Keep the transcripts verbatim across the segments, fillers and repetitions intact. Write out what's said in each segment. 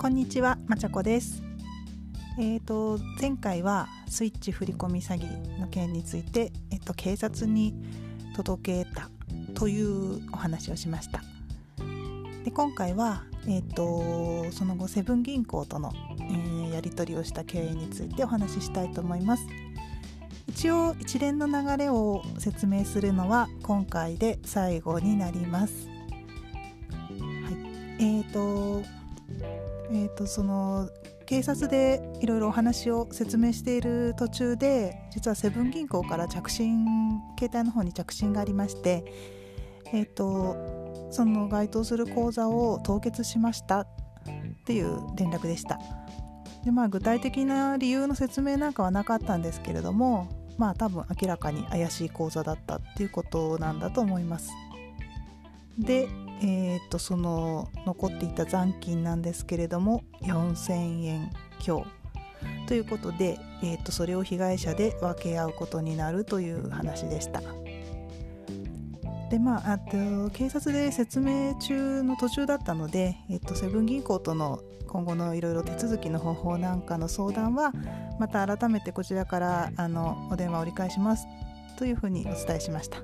こんにちは、まちゃこです。えーと、前回はスイッチ振り込み詐欺の件について、えっと、警察に届けたというお話をしました。で今回は、えーと、その後セブン銀行との、えー、やり取りをした経緯についてお話ししたいと思います。一応一連の流れを説明するのは今回で最後になります。はい、えーとえーとその警察でいろいろお話を説明している途中で、実はセブン銀行から着信携帯の方に着信がありまして、えーとその該当する口座を凍結しましたっていう連絡でした。で、まあ、具体的な理由の説明なんかはなかったんですけれども、まあ多分明らかに怪しい口座だったっていうことなんだと思います。で、えー、とその残っていた残金なんですけれどもよんせんえん強ということで、えー、とそれを被害者で分け合うことになるという話でした。でまあ、あと警察で説明中の途中だったので、えー、とセブン銀行との今後のいろいろ手続きの方法なんかの相談はまた改めてこちらからあのお電話を折り返しますというふうにお伝えしました。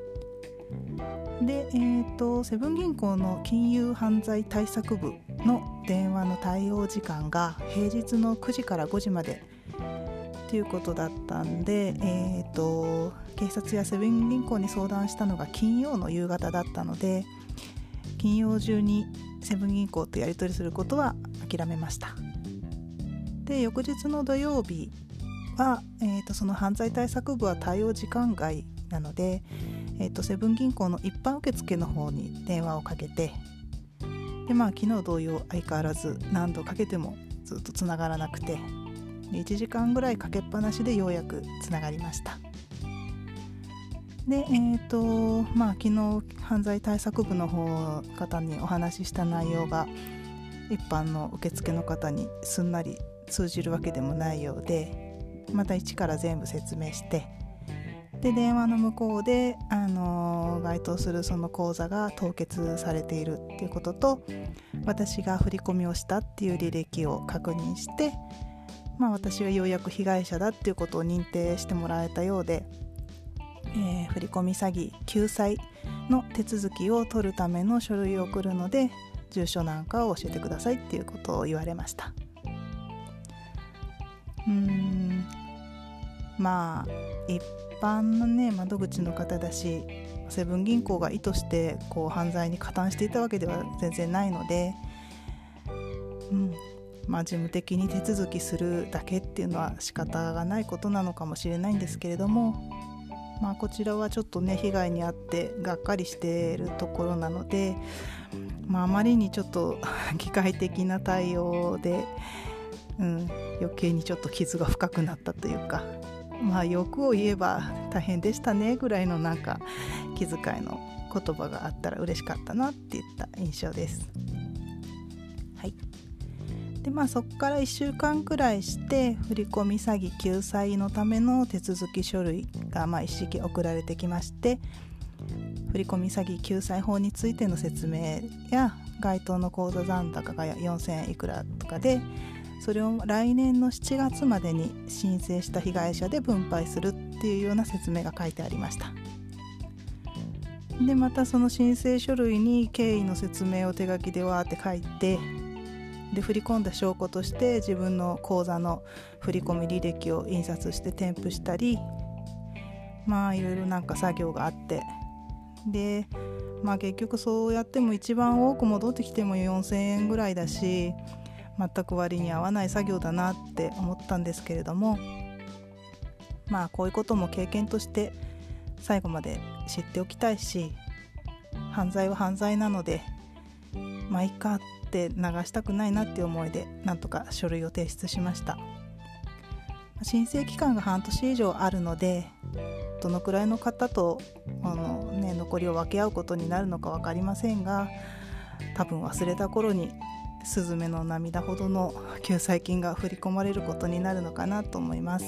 で、えーと、セブン銀行の金融犯罪対策部の電話の対応時間が平日のくじからごじまでということだったんで、えーと、警察やセブン銀行に相談したのが金曜の夕方だったので、金曜中にセブン銀行とやり取りすることは諦めました。で、翌日の土曜日は、えーと、その犯罪対策部は対応時間外なので、えーと、セブン銀行の一般受付の方に電話をかけて、で、まあ、昨日同様相変わらず何度かけてもずっとつながらなくて、いちじかんぐらいかけっぱなしでようやくつながりました。で、えーとまあ、昨日犯罪対策部の方方にお話しした内容が一般の受付の方にすんなり通じるわけでもないようで、また一から全部説明して、で電話の向こうで、あのー、該当するその口座が凍結されているっていうことと、私が振り込みをしたっていう履歴を確認して、まあ、私がようやく被害者だっていうことを認定してもらえたようで、えー、振り込み詐欺救済の手続きを取るための書類を送るので、住所なんかを教えてくださいっていうことを言われました。うーんまあ一般のね窓口の方だし、セブン銀行が意図してこう犯罪に加担していたわけでは全然ないので、うんまあ、事務的に手続きするだけっていうのは仕方がないことなのかもしれないんですけれども、まあ、こちらはちょっとね被害に遭ってがっかりしているところなので、まあ、あまりにちょっと機械的な対応で、うん、余計にちょっと傷が深くなったというか、まあ欲を言えば大変でしたねぐらいのなんか気遣いの言葉があったら嬉しかったなっていった印象です。はい。でまあそこからいっしゅうかんくらいして振り込み詐欺救済のための手続き書類がまあ一式送られてきまして、振り込み詐欺救済法についての説明や該当の口座残高がよんせんえんいくらとかで、それを来年のしちがつまでに申請した被害者で分配するっていうような説明が書いてありました。でまたその申請書類に経緯の説明を手書きでわーって書いて、で振り込んだ証拠として自分の口座の振り込み履歴を印刷して添付したり、まあいろいろなんか作業があって、でまあ結局そうやっても一番多く戻ってきてもよんせんえんぐらいだし、全く割に合わない作業だなって思ったんですけれども、まあこういうことも経験として最後まで知っておきたいし、犯罪は犯罪なのでまあいいかって流したくないなっていう思いでなんとか書類を提出しました。申請期間が半年以上あるので、どのくらいの方とあの、ね、残りを分け合うことになるのか分かりませんが、多分忘れた頃にスズメの涙ほどの救済金が振り込まれることになるのかなと思います。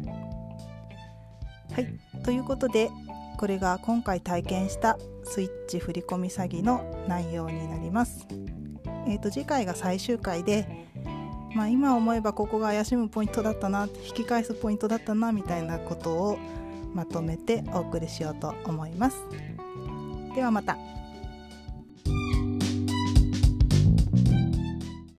はい、ということでこれが今回体験したスイッチ振り込み詐欺の内容になります。 えーと、次回が最終回で、まあ、今思えばここが怪しむポイントだったな、引き返すポイントだったなみたいなことをまとめてお送りしようと思います。ではまた。